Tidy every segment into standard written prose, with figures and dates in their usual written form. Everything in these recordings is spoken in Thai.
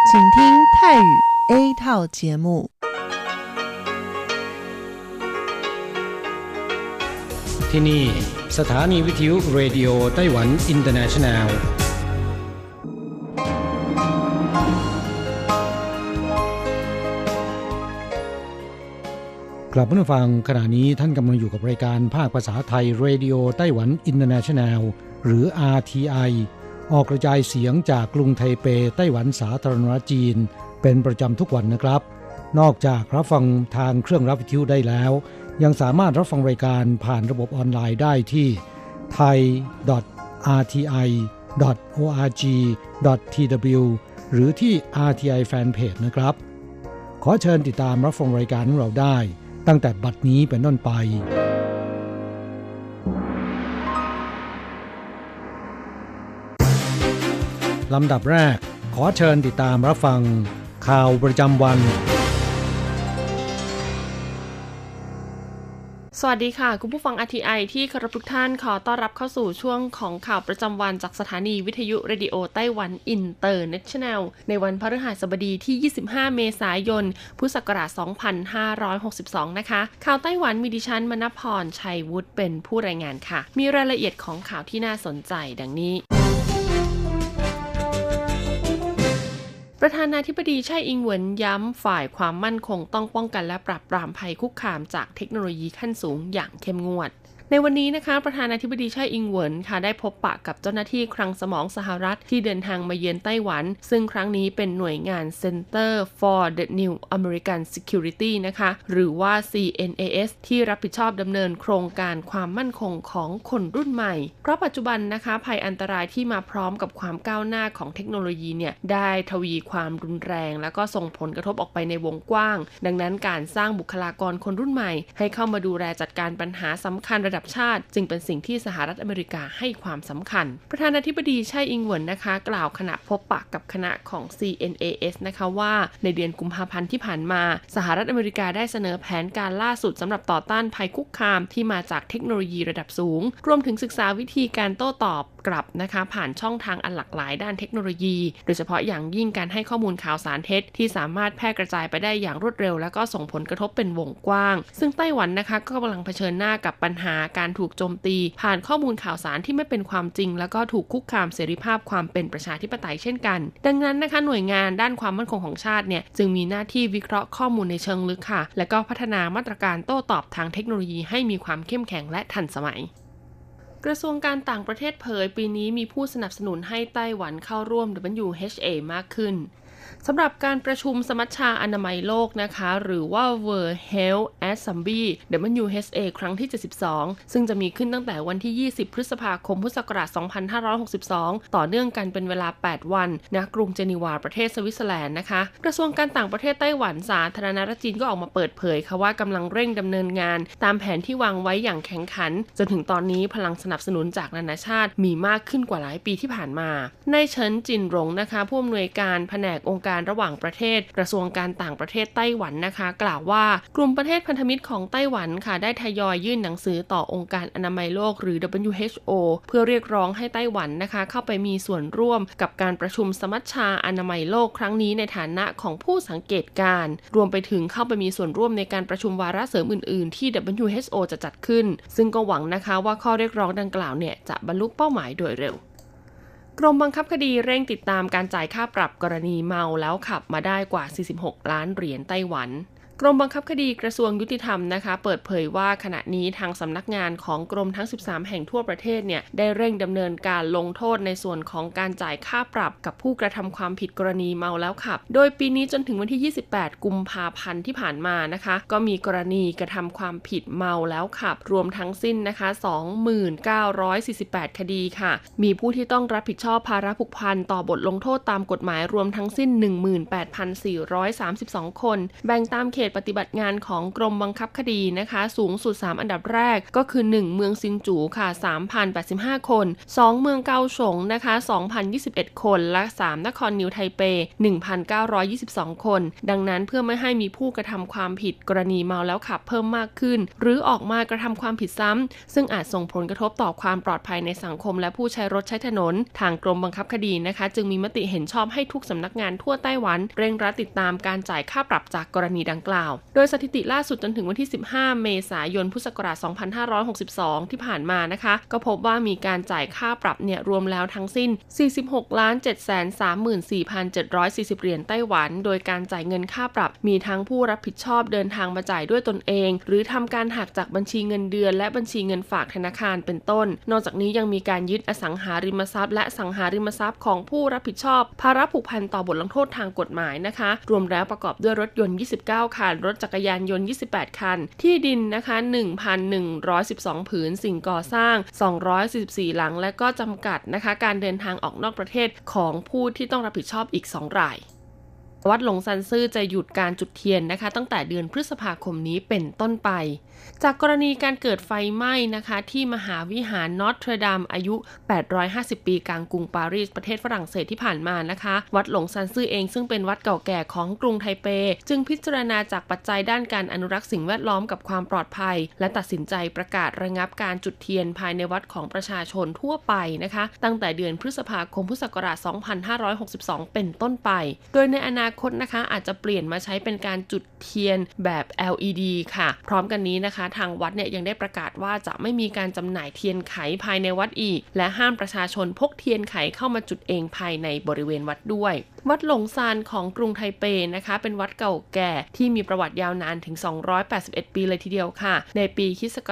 请听泰语 A 套节目。 ที่นี่สถานีวิทยุเรดิโอไต้หวันอินเตอร์เนชั่นแนลกลับมาฟังขณะนี้ท่านกำลังอยู่กับรายการภาคภาษาไทยเรดิโอไต้หวันอินเตอร์เนชั่นแนลหรือ RTI ออกกระจายเสียงจากกรุงไทเปไต้หวันสาธารณรัฐจีนเป็นประจำทุกวันนะครับนอกจากรับฟังทางเครื่องรับวิทยุได้แล้วยังสามารถรับฟังรายการผ่านระบบออนไลน์ได้ที่ thai.rti.org.tw หรือที่ RTI Fanpage นะครับขอเชิญติดตามรับฟังรายการของเราได้ตั้งแต่บัดนี้เป็นต้นไปลำดับแรกขอเชิญติดตามรับฟังข่าวประจำวันสวัสดีค่ะคุณผู้ฟัง RTI ที่เคารพทุกท่านขอต้อนรับเข้าสู่ช่วงของข่าวประจำวันจากสถานีวิทยุเรดิโอไต้หวันอินเตอร์เนชั่นแนลในวันพฤหัสบดีที่25เมษายนพุทธศักราช2562นะคะข่าวไต้หวันมีดิฉันมณพรชัยวุฒิเป็นผู้รายงานค่ะมีรายละเอียดของข่าวที่น่าสนใจดังนี้ประธานาธิบดีไช่อิงเหวินย้ำฝ่ายความมั่นคงต้องป้องกันและปราบปรามภัยคุกคามจากเทคโนโลยีขั้นสูงอย่างเข้มงวดในวันนี้นะคะประธานาธิบดีไช่อิงเหวินค่ะได้พบปะกับเจ้าหน้าที่คลังสมองสหรัฐที่เดินทางมาเยือนไต้หวันซึ่งครั้งนี้เป็นหน่วยงาน Center for the New American Security นะคะหรือว่า CNAS ที่รับผิดชอบดำเนินโครงการความมั่นคงของคนรุ่นใหม่เพราะปัจจุบันนะคะภัยอันตรายที่มาพร้อมกับความก้าวหน้าของเทคโนโลยีเนี่ยได้ทวีความรุนแรงแล้วก็ส่งผลกระทบออกไปในวงกว้างดังนั้นการสร้างบุคลากรคนรุ่นใหม่ให้เข้ามาดูแลจัดการปัญหาสำคัญระดับชาติจึงเป็นสิ่งที่สหรัฐอเมริกาให้ความสำคัญประธานาธิบดีไช่อิงเหวินนะคะกล่าวขณะพบปะกับคณะของ CNAS นะคะว่าในเดือนกุมภาพันธ์ที่ผ่านมาสหรัฐอเมริกาได้เสนอแผนการล่าสุดสำหรับต่อต้านภัยคุกคามที่มาจากเทคโนโลยีระดับสูงรวมถึงศึกษาวิธีการโต้ตอบกลับนะคะผ่านช่องทางอันหลากหลายด้านเทคโนโลยีโดยเฉพาะอย่างยิ่งการให้ข้อมูลข่าวสารเท็จที่สามารถแพร่กระจายไปได้อย่างรวดเร็วและก็ส่งผลกระทบเป็นวงกว้างซึ่งไต้หวันนะคะก็กำลังเผชิญหน้ากับปัญหาการถูกโจมตีผ่านข้อมูลข่าวสารที่ไม่เป็นความจริงแล้วก็ถูกคุกคามเสรีภาพความเป็นประชาธิปไตยเช่นกันดังนั้นนะคะหน่วยงานด้านความมั่นคงของชาติเนี่ยจึงมีหน้าที่วิเคราะห์ข้อมูลในเชิงลึกค่ะและก็พัฒนามาตรการโต้ตอบทางเทคโนโลยีให้มีความเข้มแข็งและทันสมัยกระทรวงการต่างประเทศเผยปีนี้มีผู้สนับสนุนให้ไต้หวันเข้าร่วม WHO มากขึ้นสำหรับการประชุมสมัชชาอนามัยโลกนะคะหรือว่า World Health Assembly WHA ครั้งที่72ซึ่งจะมีขึ้นตั้งแต่วันที่20พฤษภาคมพุทธศักราช2562ต่อเนื่องกันเป็นเวลา8วันณกรุงเจนีวาประเทศสวิตเซอร์แลนด์นะคะกระทรวงการต่างประเทศไต้หวันสาธารณรัฐจีนก็ออกมาเปิดเผยค่ะว่ากำลังเร่งดำเนินงานตามแผนที่วางไว้อย่างแข็งขันจนถึงตอนนี้พลังสนับสนุนจากนานาชาติมีมากขึ้นกว่าหลายปีที่ผ่านมานายเฉินจินหลงนะคะผู้อำนวยการแผนกองค์การระหว่างประเทศกระทรวงการต่างประเทศไต้หวันนะคะกล่าวว่ากลุ่มประเทศพันธมิตรของไต้หวันค่ะได้ทยอยยื่นหนังสือต่อองค์การอนามัยโลกหรือ WHO เพื่อเรียกร้องให้ไต้หวันนะคะเข้าไปมีส่วนร่วมกับการประชุมสมัชชาอนามัยโลกครั้งนี้ในฐานะของผู้สังเกตการณ์รวมไปถึงเข้าไปมีส่วนร่วมในการประชุมวาระเสริมอื่นๆที่ WHO จะจัดขึ้นซึ่งก็หวังนะคะว่าข้อเรียกร้องดังกล่าวเนี่ยจะบรรลุเป้าหมายโดยเร็วกรมบังคับคดีเร่งติดตามการจ่ายค่าปรับกรณีเมาแล้วขับมาได้กว่า46ล้านเหรียญไต้หวันกรมบังคับคดีกระทรวงยุติธรรมนะคะเปิดเผยว่าขณะนี้ทางสำนักงานของกรมทั้ง13แห่งทั่วประเทศเนี่ยได้เร่งดำเนินการลงโทษในส่วนของการจ่ายค่าปรับกับผู้กระทำความผิดกรณีเมาแล้วขับโดยปีนี้จนถึงวันที่28กุมภาพันธ์ที่ผ่านมานะคะก็มีกรณีกระทำความผิดเมาแล้วขับรวมทั้งสิ้นนะคะ 2948 คดีค่ะมีผู้ที่ต้องรับผิดชอบภาระผูกพันต่อบทลงโทษตามกฎหมายรวมทั้งสิ้น 18,432 คนแบ่งตามเขตตปฏิบัติงานของกรมบังคับคดีนะคะสูงสุด3อันดับแรกก็คือ1เมืองซินจูค่ะ 3,085 คน2เมืองเกาสงนะคะ 2,021 คนและ3นครนิวไทเป 1,922 คนดังนั้นเพื่อไม่ให้มีผู้กระทำความผิดกรณีเมาแล้วขับเพิ่มมากขึ้นหรือออกมากระทำความผิดซ้ำซึ่งอาจส่งผลกระทบต่อความปลอดภัยในสังคมและผู้ใช้รถใช้ถนนทางกรมบังคับคดีนะคะจึงมีมติเห็นชอบให้ทุกสำนักงานทั่วไต้หวันเร่งรัดติดตามการจ่ายค่าปรับจากกรณีดังกล่าวโดยสถิติล่าสุดจนถึงวันที่15เมษายนพุทธศักราช2562ที่ผ่านมานะคะก็พบว่ามีการจ่ายค่าปรับเนี่ยรวมแล้วทั้งสิ้น 46,734,740 เหรียญไต้หวันโดยการจ่ายเงินค่าปรับมีทั้งผู้รับผิดชอบเดินทางมาจ่ายด้วยตนเองหรือทำการหักจากบัญชีเงินเดือนและบัญชีเงินฝากธนาคารเป็นต้นนอกจากนี้ยังมีการยึดอสังหาริมทรัพย์และสังหาริมทรัพย์ของผู้รับผิดชอบภาระผูกพันต่อบทลงโทษทางกฎหมายนะคะรวมแล้วประกอบด้วยรถยนต์29คันรถจักรยานยนต์28คันที่ดินนะคะ 1,112 ผืนสิ่งก่อสร้าง244หลังและก็จำกัดนะคะการเดินทางออกนอกประเทศของผู้ที่ต้องรับผิดชอบอีก2รายวัดหลงซันซื่อจะหยุดการจุดเทียนนะคะตั้งแต่เดือนพฤษภาคมนี้เป็นต้นไปจากกรณีการเกิดไฟไหม้นะคะที่มหาวิหารนอตเทรดามอายุ850ปีกลางกรุงปารีสประเทศฝรั่งเศสที่ผ่านมานะคะวัดหลงซันซื่อเองซึ่งเป็นวัดเก่าแก่ของกรุงไทเปจึงพิจารณาจากปัจจัยด้านการอนุรักษ์สิ่งแวดล้อมกับความปลอดภัยและตัดสินใจประกาศระงับการจุดเทียนภายในวัดของประชาชนทั่วไปนะคะตั้งแต่เดือนพฤษภาคมพุทธศักราช2562เป็นต้นไปโดยในอนาคตนะคะอาจจะเปลี่ยนมาใช้เป็นการจุดเทียนแบบ LED ค่ะพร้อมกันนี้นะคะทางวัดเนี่ยยังได้ประกาศว่าจะไม่มีการจำหน่ายเทียนไขภายในวัดอีกและห้ามประชาชนพกเทียนไขเข้ามาจุดเองภายในบริเวณวัดด้วยวัดหลงซานของกรุงไทเปนะคะเป็นวัดเก่าแก่ที่มีประวัติยาวนานถึง281ปีเลยทีเดียวค่ะในปีค.ศ.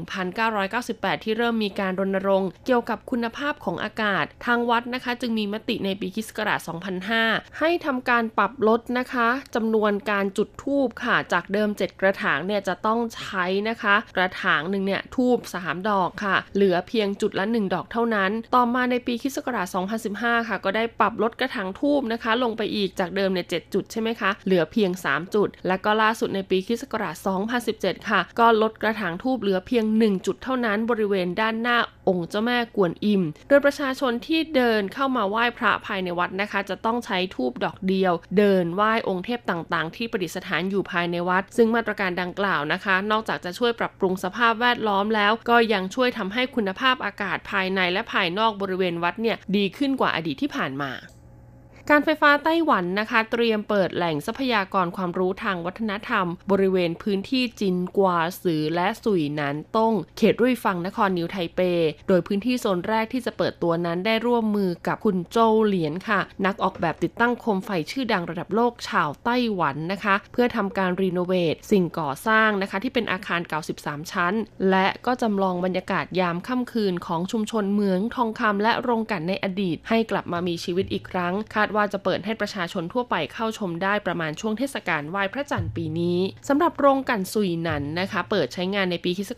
1998ที่เริ่มมีการรณรงค์เกี่ยวกับคุณภาพของอากาศทางวัดนะคะจึงมีมติในปีค.ศ. 2005ให้ทำการปรับลดนะคะจำนวนการจุดธูปค่ะจากเดิม7กระถางเนี่ยจะต้องใช้นะคะกระถางนึงเนี่ยธูป3ดอกค่ะเหลือเพียงจุดละ1ดอกเท่านั้นต่อมาในปีค.ศ. 2015ค่ะก็ได้ปรับลดกระถางธูปนะคะลงไปอีกจากเดิมเนี่ย7จุดใช่ไหมคะเหลือเพียง3จุดและก็ล่าสุดในปีค.ศ. 2017ค่ะก็ลดกระถางธูปเหลือเพียง1จุดเท่านั้นบริเวณด้านหน้าองค์เจ้าแม่กวนอิมโดยประชาชนที่เดินเข้ามาไหว้พระภายในวัดนะคะจะต้องใช้ธูปดอกเดียวเดินไหว้องค์เทพต่างๆที่ประดิษฐานอยู่ภายในวัดซึ่งมาตรการดังกล่าวนะคะนอกจากจะช่วยปรับปรุงสภาพแวดล้อมแล้วก็ยังช่วยทำให้คุณภาพอากาศภายในและภายนอกบริเวณวัดเนี่ยดีขึ้นกว่าอดีตที่ผ่านมาการไฟฟ้าไต้หวันนะคะเตรียมเปิดแหล่งทรัพยากรความรู้ทางวัฒนธรรมบริเวณพื้นที่จินกวาซือและสุยหนานต้งเขตรุ่ยฟังนครนิวไทเปโดยพื้นที่โซนแรกที่จะเปิดตัวนั้นได้ร่วมมือกับคุณโจวเหลียนค่ะนักออกแบบติดตั้งโคมไฟชื่อดังระดับโลกชาวไต้หวันนะคะเพื่อทำการรีโนเวทสิ่งก่อสร้างนะคะที่เป็นอาคารเก่า13ชั้นและก็จำลองบรรยากาศยามค่ำคืนของชุมชนเมืองทองคำและโรงกลั่นในอดีตให้กลับมามีชีวิตอีกครั้งคาดว่าจะเปิดให้ประชาชนทั่วไปเข้าชมได้ประมาณช่วงเทศกาลไหว้พระจันทร์ปีนี้สำหรับโรงกลั่นซุยหนันนะคะเปิดใช้งานในปีค.ศ.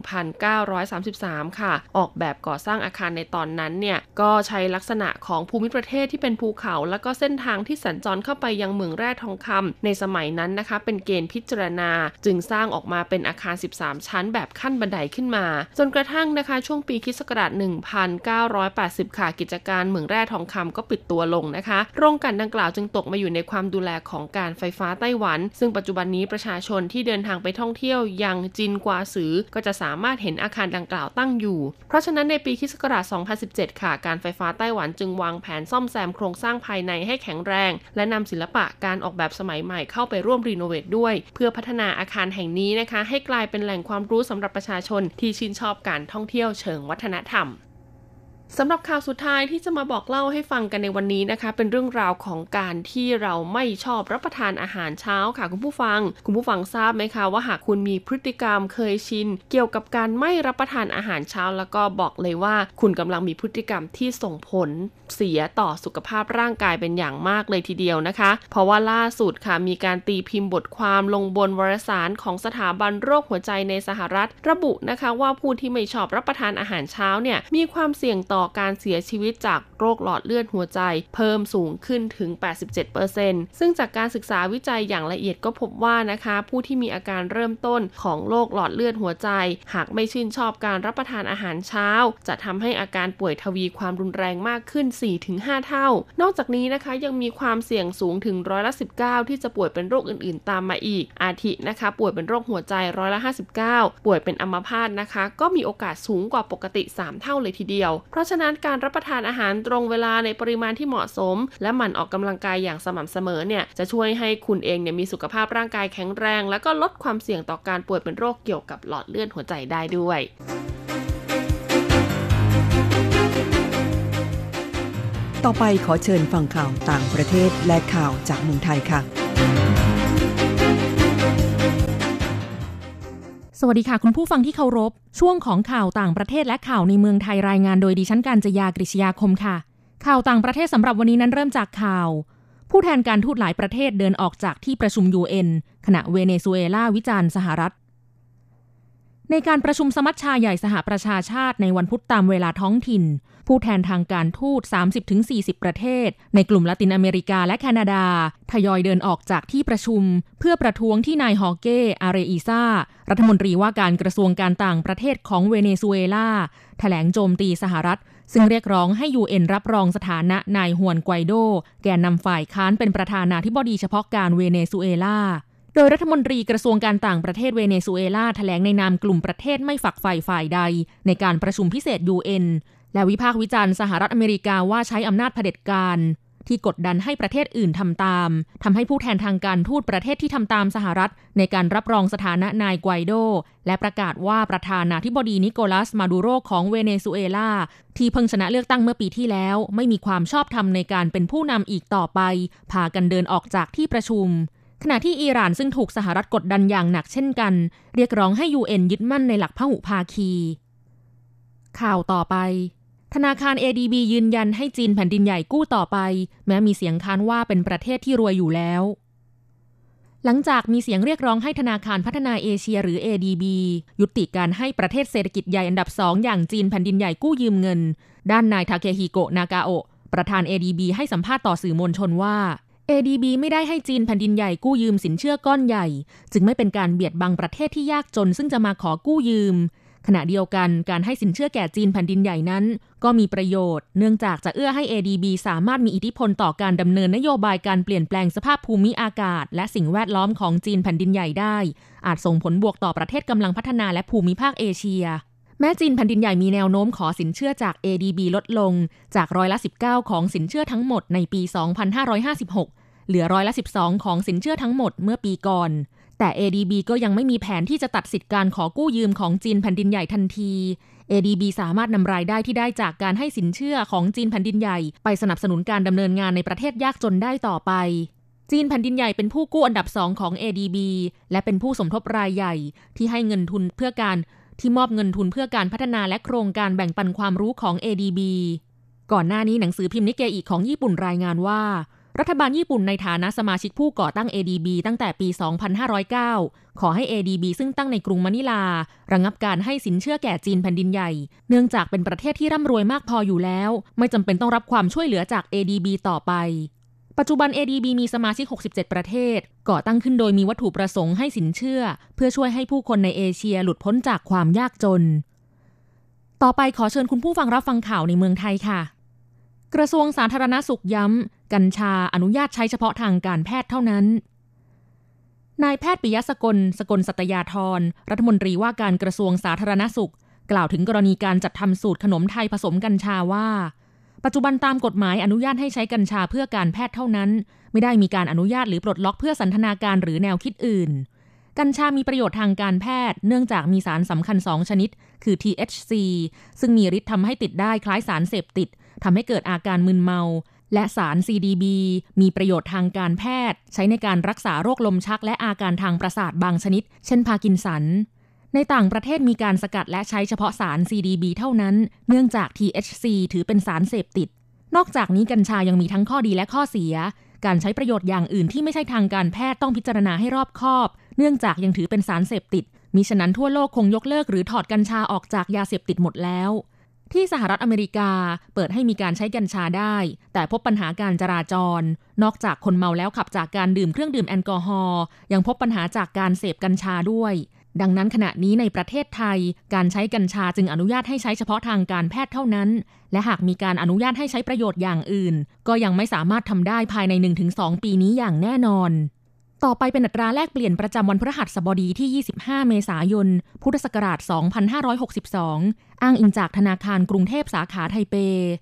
1933ค่ะออกแบบก่อสร้างอาคารในตอนนั้นเนี่ยก็ใช้ลักษณะของภูมิประเทศที่เป็นภูเขาแล้วก็เส้นทางที่สัญจรเข้าไปยังเหมืองแร่ทองคำในสมัยนั้นนะคะเป็นเกณฑ์พิจารณาจึงสร้างออกมาเป็นอาคาร13ชั้นแบบขั้นบันไดขึ้นมาจนกระทั่งนะคะช่วงปีค.ศ. 1980ค่ะกิจการเหมืองแร่ทองคำก็ปิดตัวลงนะคะโรงกลั่นดังกล่าวจึงตกมาอยู่ในความดูแลของการไฟฟ้าไต้หวันซึ่งปัจจุบันนี้ประชาชนที่เดินทางไปท่องเที่ยวยังจินกวาซือก็จะสามารถเห็นอาคารดังกล่าวตั้งอยู่เพราะฉะนั้นในปีค.ศ. 2017ค่ะการไฟฟ้าไต้หวันจึงวางแผนซ่อมแซมโครงสร้างภายในให้แข็งแรงและนำศิลปะการออกแบบสมัยใหม่เข้าไปร่วมรีโนเวทด้วยเพื่อพัฒนาอาคารแห่งนี้นะคะให้กลายเป็นแหล่งความรู้สำหรับประชาชนที่ชื่นชอบการท่องเที่ยวเชิงวัฒนธรรมสำหรับข่าวสุดท้ายที่จะมาบอกเล่าให้ฟังกันในวันนี้นะคะเป็นเรื่องราวของการที่เราไม่ชอบรับประทานอาหารเช้าค่ะคุณผู้ฟังทราบไหมคะว่าหากคุณมีพฤติกรรมเคยชินเกี่ยวกับการไม่รับประทานอาหารเช้าแล้วก็บอกเลยว่าคุณกำลังมีพฤติกรรมที่ส่งผลเสียต่อสุขภาพร่างกายเป็นอย่างมากเลยทีเดียวนะคะเพราะว่าล่าสุดค่ะมีการตีพิมพ์บทความลงบนวารสารของสถาบันโรคหัวใจในสหรัฐระบุนะคะว่าผู้ที่ไม่ชอบรับประทานอาหารเช้าเนี่ยมีความเสี่ยงต่ออการเสียชีวิตจากโรคหลอดเลือดหัวใจเพิ่มสูงขึ้นถึง 87% ซึ่งจากการศึกษาวิจัยอย่างละเอียดก็พบว่านะคะผู้ที่มีอาการเริ่มต้นของโรคหลอดเลือดหัวใจหากไม่ชื่นชอบการรับประทานอาหารเช้าจะทำให้อาการป่วยทวีความรุนแรงมากขึ้น 4-5 เท่านอกจากนี้นะคะยังมีความเสี่ยงสูงถึง19%ที่จะป่วยเป็นโรคอื่นๆตามมาอีกอาทินะคะป่วยเป็นโรคหัวใจ59%ป่วยเป็นอัมพาตนะคะก็มีโอกาสสูงกว่าปกติ3 เท่าเลยทีเดียวเพราะฉะนั้นการรับประทานอาหารตรงเวลาในปริมาณที่เหมาะสมและหมั่นออกกำลังกายอย่างสม่ำเสมอเนี่ยจะช่วยให้คุณเองเนี่ยมีสุขภาพร่างกายแข็งแรงแล้วก็ลดความเสี่ยงต่อการป่วยเป็นโรคเกี่ยวกับหลอดเลือดหัวใจได้ด้วยต่อไปขอเชิญฟังข่าวต่างประเทศและข่าวจากเมืองไทยค่ะสวัสดีค่ะคุณผู้ฟังที่เคารพช่วงของข่าวต่างประเทศและข่าวในเมืองไทยรายงานโดยดิฉันกาญจยากฤษยาคมค่ะข่าวต่างประเทศสำหรับวันนี้นั้นเริ่มจากข่าวผู้แทนการทูตหลายประเทศเดินออกจากที่ประชุม UN ขณะเวเนซุเอลาวิจารณ์สหรัฐในการประชุมสมัชชาใหญ่สหประชาชาติในวันพุธตามเวลาท้องถิ่นผู้แทนทางการทูต 30-40 ประเทศในกลุ่มละตินอเมริกาและแคนาดาทยอยเดินออกจากที่ประชุมเพื่อประท้วงที่นายฮอเก้ อาเรอิซารัฐมนตรีว่าการกระทรวงการต่างประเทศของเวเนซุเอลาแถลงโจมตีสหรัฐซึ่งเรียกร้องให้ UN รับรองสถานะนายฮวนไกวโดแกนนำฝ่ายค้านเป็นประธานาธิบดีเฉพาะการเวเนซุเอลาโดยรัฐมนตรีกระทรวงการต่างประเทศเวเนซุเอลาแถลงในนามกลุ่มประเทศไม่ฝักใฝ่ฝ่ายใดในการประชุมพิเศษ UN และวิพากษ์วิจารณ์สหรัฐอเมริกาว่าใช้อำนาจเผด็จการที่กดดันให้ประเทศอื่นทำตามทำให้ผู้แทนทางการทูตประเทศที่ทำตามสหรัฐในการรับรองสถานะนายไกวโดและประกาศว่าประธานาธิบดีนิโคลัส มาดูโรของเวเนซุเอลาที่เพิ่งชนะเลือกตั้งเมื่อปีที่แล้วไม่มีความชอบธรรมในการเป็นผู้นำอีกต่อไปพากันเดินออกจากที่ประชุมขณะที่อิหร่านซึ่งถูกสหรัฐกดดันอย่างหนักเช่นกันเรียกร้องให้ UN ยึดมั่นในหลักพหุภาคีข่าวต่อไปธนาคาร ADB ยืนยันให้จีนแผ่นดินใหญ่กู้ต่อไปแม้มีเสียงค้านว่าเป็นประเทศที่รวยอยู่แล้วหลังจากมีเสียงเรียกร้องให้ธนาคารพัฒนาเอเชียหรือ ADB ยุติการให้ประเทศเศรษฐกิจใหญ่อันดับ2อย่างจีนแผ่นดินใหญ่กู้ยืมเงินด้านนายทาเคฮิโกะนากาโอะประธาน ADB ให้สัมภาษณ์ต่อสื่อมวลชนว่า ADB ไม่ได้ให้จีนแผ่นดินใหญ่กู้ยืมสินเชื่อก้อนใหญ่จึงไม่เป็นการเบียดบังประเทศที่ยากจนซึ่งจะมาขอกู้ยืมขณะเดียวกันการให้สินเชื่อแก่จีนแผ่นดินใหญ่นั้นก็มีประโยชน์เนื่องจากจะเอื้อให้ ADB สามารถมีอิทธิพลต่อการดำเนินนโยบายการเปลี่ยนแปลงสภาพภูมิอากาศและสิ่งแวดล้อมของจีนแผ่นดินใหญ่ได้อาจส่งผลบวกต่อประเทศกำลังพัฒนาและภูมิภาคเอเชียแม้จีนแผ่นดินใหญ่มีแนวโน้มขอสินเชื่อจาก ADB ลดลงจาก19%ของสินเชื่อทั้งหมดในปี 2556 เหลือ12%ของสินเชื่อทั้งหมดเมื่อปีก่อนแต่ ADB ก็ยังไม่มีแผนที่จะตัดสิทธิการขอกู้ยืมของจีนแผ่นดินใหญ่ทันที ADB สามารถนำรายได้ที่ได้จากการให้สินเชื่อของจีนแผ่นดินใหญ่ไปสนับสนุนการดำเนินงานในประเทศยากจนได้ต่อไปจีนแผ่นดินใหญ่เป็นผู้กู้อันดับ2ของ ADB และเป็นผู้สมทบรายใหญ่ที่ให้เงินทุนเพื่อการมอบเงินทุนเพื่อการพัฒนาและโครงการแบ่งปันความรู้ของ ADB ก่อนหน้านี้หนังสือพิมพ์นิกเกอิของญี่ปุ่นรายงานว่ารัฐบาลญี่ปุ่นในฐานะสมาชิกผู้ก่อตั้ง ADB ตั้งแต่ปี 2509 ขอให้ ADB ซึ่งตั้งในกรุงมะนิลาระงับการให้สินเชื่อแก่จีนแผ่นดินใหญ่เนื่องจากเป็นประเทศที่ร่ำรวยมากพออยู่แล้วไม่จำเป็นต้องรับความช่วยเหลือจาก ADB ต่อไปปัจจุบัน ADB มีสมาชิก67ประเทศก่อตั้งขึ้นโดยมีวัตถุประสงค์ให้สินเชื่อเพื่อช่วยให้ผู้คนในเอเชียหลุดพ้นจากความยากจนต่อไปขอเชิญคุณผู้ฟังรับฟังข่าวในเมืองไทยค่ะกระทรวงสาธารณสุขย้ำกัญชาอนุญาตใช้เฉพาะทางการแพทย์เท่านั้นนายแพทย์ปิยะสกลสัตยาธรรัฐมนตรีว่าการกระทรวงสาธารณสุขกล่าวถึงกรณีการจัดทำสูตรขนมไทยผสมกัญชาว่าปัจจุบันตามกฎหมายอนุญาตให้ใช้กัญชาเพื่อการแพทย์เท่านั้นไม่ได้มีการอนุญาตหรือปลดล็อกเพื่อสันทนาการหรือแนวคิดอื่นกัญชามีประโยชน์ทางการแพทย์เนื่องจากมีสารสำคัญ2ชนิดคือ THC ซึ่งมีฤทธิ์ทำให้ติดได้คล้ายสารเสพติดทำให้เกิดอาการมึนเมาและสาร CDB มีประโยชน์ทางการแพทย์ใช้ในการรักษาโรคลมชักและอาการทางประสาทบางชนิดเช่นพาร์กินสันในต่างประเทศมีการสกัดและใช้เฉพาะสาร CDB เท่านั้นเนื่องจาก THC ถือเป็นสารเสพติดนอกจากนี้กัญชายังมีทั้งข้อดีและข้อเสียการใช้ประโยชน์อย่างอื่นที่ไม่ใช่ทางการแพทย์ต้องพิจารณาให้รอบคอบเนื่องจากยังถือเป็นสารเสพติดมิฉะนั้นทั่วโลกคงยกเลิกหรือถอดกัญชาออกจากยาเสพติดหมดแล้วที่สหรัฐอเมริกาเปิดให้มีการใช้กัญชาได้แต่พบปัญหาการจราจรนอกจากคนเมาแล้วขับจากการดื่มเครื่องดื่มแอลกอฮอล์ยังพบปัญหาจากการเสพกัญชาด้วยดังนั้นขณะนี้ในประเทศไทยการใช้กัญชาจึงอนุญาตให้ใช้เฉพาะทางการแพทย์เท่านั้นและหากมีการอนุญาตให้ใช้ประโยชน์อย่างอื่นก็ยังไม่สามารถทำได้ภายใน 1-2 ปีนี้อย่างแน่นอนต่อไปเป็นอัตราแลกเปลี่ยนประจำวันพฤหัสบดีที่25เมษายนพุทธศักราช2562อ้างอิงจากธนาคารกรุงเทพสาขาไทเป